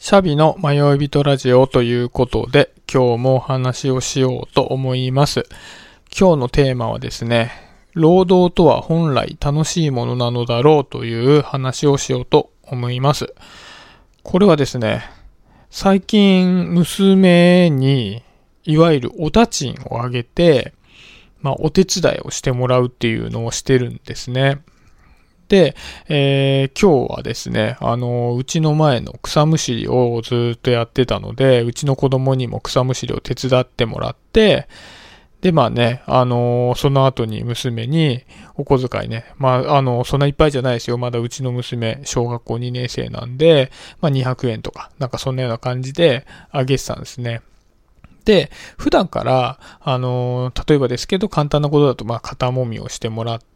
シャビの迷い人ラジオということで、今日もお話をしようと思います。今日のテーマはですね、労働とは本来楽しいものなのだろうという話をしようと思います。これはですね、最近娘にいわゆるお立ちんをあげて、お手伝いをしてもらうっていうのをしてるんですね。で、今日はですね、うちの前の草むしりをずっとやってたので、うちの子供にも草むしりを手伝ってもらって、で、その後に娘にお小遣いね、そんないっぱいじゃないですよ。まだうちの娘、小学校2年生なんで、200円とか、そんなような感じであげてたんですね。で、普段から、例えばですけど、簡単なことだと、肩もみをしてもらって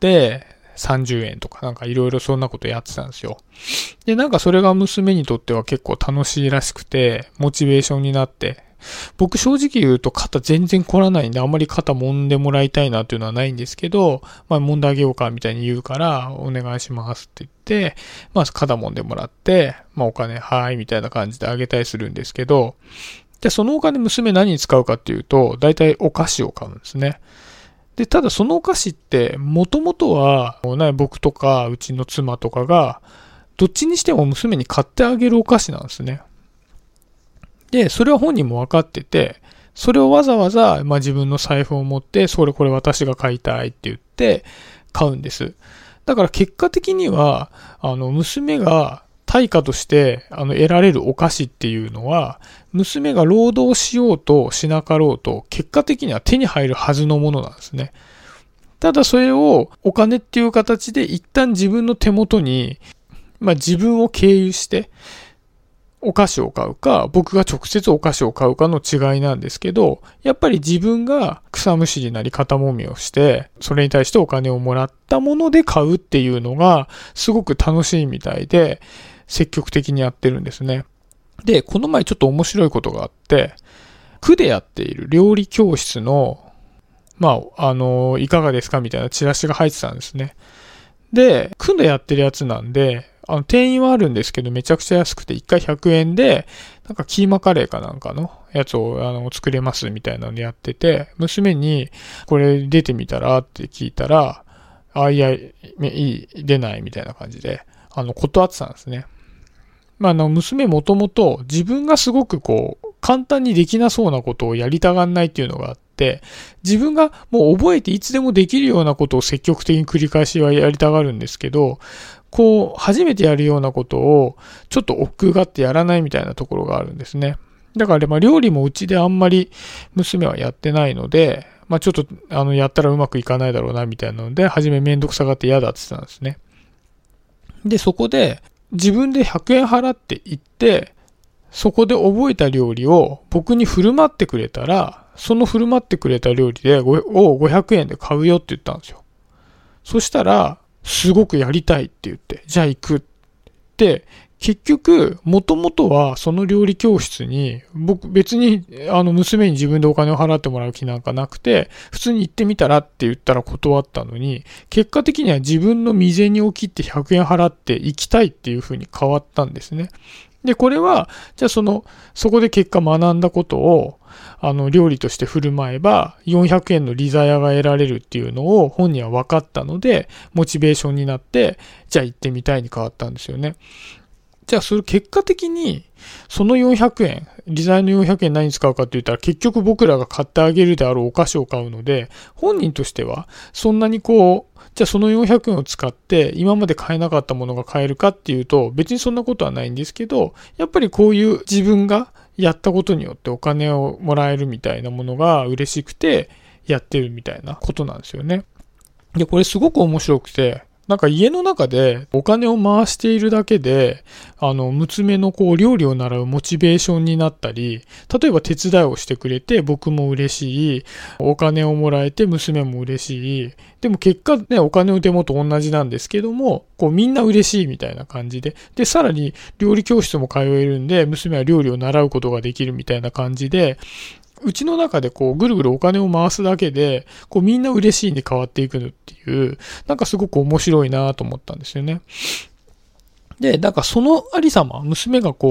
、30円とかいろいろそんなことやってたんですよ。で、それが娘にとっては結構楽しいらしくて、モチベーションになって、僕正直言うと肩全然凝らないんで、あんまり肩揉んでもらいたいなっていうのはないんですけど、揉んであげようかみたいに言うから、お願いしますって言って、肩揉んでもらって、お金、はい、みたいな感じであげたりするんですけど、で、そのお金娘何に使うかっていうと、だいたいお菓子を買うんですね。で、ただそのお菓子って、もともとは、僕とか、うちの妻とかが、どっちにしても娘に買ってあげるお菓子なんですね。で、それは本人も分かってて、それをわざわざ、自分の財布を持って、これ私が買いたいって言って、買うんです。だから結果的には、娘が、対価として得られるお菓子っていうのは、娘が労働しようとしなかろうと、結果的には手に入るはずのものなんですね。ただそれをお金っていう形で一旦自分の手元に、自分を経由してお菓子を買うか、僕が直接お菓子を買うかの違いなんですけど、やっぱり自分が草むしりなり肩もみをして、それに対してお金をもらったもので買うっていうのがすごく楽しいみたいで、積極的にやってるんですね。で、この前ちょっと面白いことがあって、区でやっている料理教室の、いかがですかみたいなチラシが入ってたんですね。で、区でやってるやつなんで、定員はあるんですけど、めちゃくちゃ安くて、1回100円で、キーマカレーかなんかのやつを作れますみたいなのやってて、娘に、これ出てみたらって聞いたら、いや、出ないみたいな感じで、断ってたんですね。娘もともと自分がすごく簡単にできなそうなことをやりたがんないっていうのがあって、自分がもう覚えていつでもできるようなことを積極的に繰り返しはやりたがるんですけど、初めてやるようなことをちょっと億劫がってやらないみたいなところがあるんですね。だから料理もうちであんまり娘はやってないので、ちょっとやったらうまくいかないだろうなみたいなので、初めめんどくさがって嫌だって言ってたんですね。で、そこで、自分で100円払って行って、そこで覚えた料理を僕に振る舞ってくれたら、その振る舞ってくれた料理を500円で買うよって言ったんですよ。そしたら、すごくやりたいって言って、じゃあ行くって、結局、もともとはその料理教室に、僕別に娘に自分でお金を払ってもらう気なんかなくて、普通に行ってみたらって言ったら断ったのに、結果的には自分の身銭を切って100円払って行きたいっていう風に変わったんですね。で、これは、じゃあそこで結果学んだことを、料理として振る舞えば、400円の利ざやが得られるっていうのを本人は分かったので、モチベーションになって、じゃあ行ってみたいに変わったんですよね。じゃあそれ結果的にその400円、利ざやの400円何に使うかって言ったら結局僕らが買ってあげるであろうお菓子を買うので、本人としてはそんなにじゃあその400円を使って今まで買えなかったものが買えるかっていうと別にそんなことはないんですけど、やっぱりこういう自分がやったことによってお金をもらえるみたいなものが嬉しくてやってるみたいなことなんですよね。で、これすごく面白くて、家の中でお金を回しているだけで、娘の料理を習うモチベーションになったり、例えば手伝いをしてくれて僕も嬉しい、お金をもらえて娘も嬉しい、でも結果ね、お金の手元同じなんですけども、みんな嬉しいみたいな感じで、で、さらに料理教室も通えるんで、娘は料理を習うことができるみたいな感じで、うちの中でぐるぐるお金を回すだけで、みんな嬉しいに変わっていくのっていう、すごく面白いなと思ったんですよね。で、そのありさま、娘が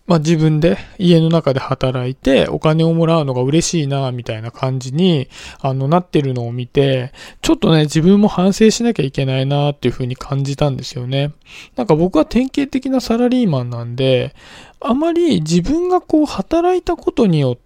自分で家の中で働いてお金をもらうのが嬉しいな、みたいな感じに、なってるのを見て、ちょっとね、自分も反省しなきゃいけないな、っていう風に感じたんですよね。なんか僕は典型的なサラリーマンなんで、あまり自分が働いたことによって、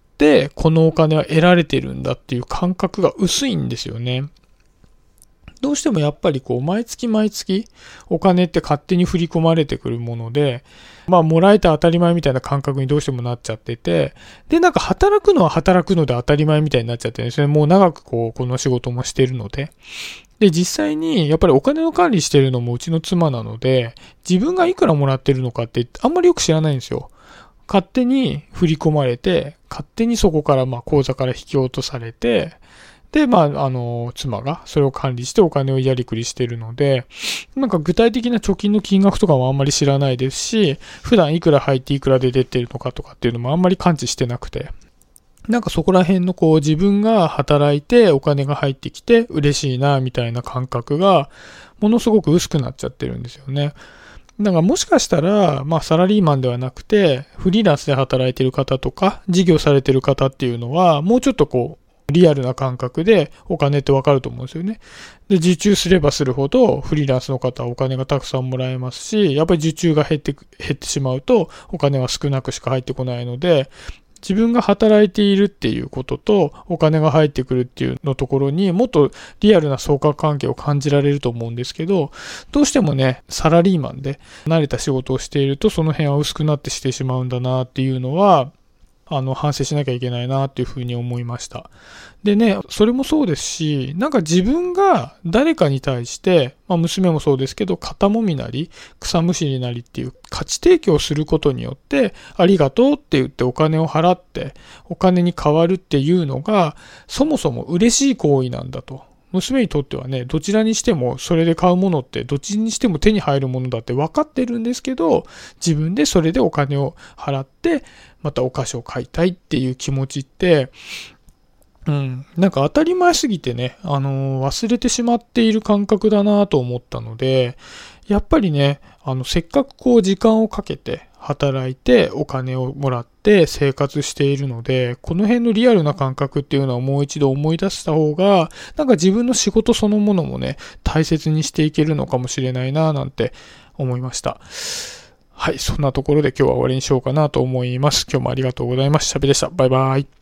このお金は得られてるんだっていう感覚が薄いんですよね。どうしてもやっぱり毎月毎月お金って勝手に振り込まれてくるもので、もらえて当たり前みたいな感覚にどうしてもなっちゃってて、で、なんか働くのは働くので当たり前みたいになっちゃってるんですね。もう長くこの仕事もしてるので。で、実際にやっぱりお金の管理してるのもうちの妻なので、自分がいくらもらってるのかってあんまりよく知らないんですよ。勝手に振り込まれて、勝手にそこから口座から引き落とされて、で、妻がそれを管理してお金をやりくりしてるので、なんか具体的な貯金の金額とかもあんまり知らないですし、普段いくら入っていくらで出てるのかとかっていうのもあんまり感知してなくて、なんかそこら辺の自分が働いてお金が入ってきて嬉しいなみたいな感覚がものすごく薄くなっちゃってるんですよね。だからもしかしたら、サラリーマンではなくて、フリーランスで働いてる方とか、事業されてる方っていうのは、もうちょっとリアルな感覚でお金ってわかると思うんですよね。で、受注すればするほどフリーランスの方はお金がたくさんもらえますし、やっぱり受注が減ってしまうとお金は少なくしか入ってこないので、自分が働いているっていうこととお金が入ってくるっていうのところにもっとリアルな相関関係を感じられると思うんですけど、どうしてもね、サラリーマンで慣れた仕事をしているとその辺は薄くなってしてしまうんだなっていうのは、反省しなきゃいけないなっていうふうに思いました。でね、それもそうですし、なんか自分が誰かに対して、娘もそうですけど、肩もみなり、草むしりなりっていう価値提供することによって、ありがとうって言ってお金を払って、お金に変わるっていうのが、そもそも嬉しい行為なんだと。娘にとってはね、どちらにしてもそれで買うものってどっちにしても手に入るものだって分かってるんですけど、自分でそれでお金を払ってまたお菓子を買いたいっていう気持ちって、なんか当たり前すぎてね、忘れてしまっている感覚だなと思ったので、やっぱりね、せっかく時間をかけて働いてお金をもらって生活しているので、この辺のリアルな感覚っていうのはもう一度思い出した方が、なんか自分の仕事そのものもね、大切にしていけるのかもしれないななんて思いました。はい、そんなところで今日は終わりにしようかなと思います。今日もありがとうございました。しゃべでした。バイバイ。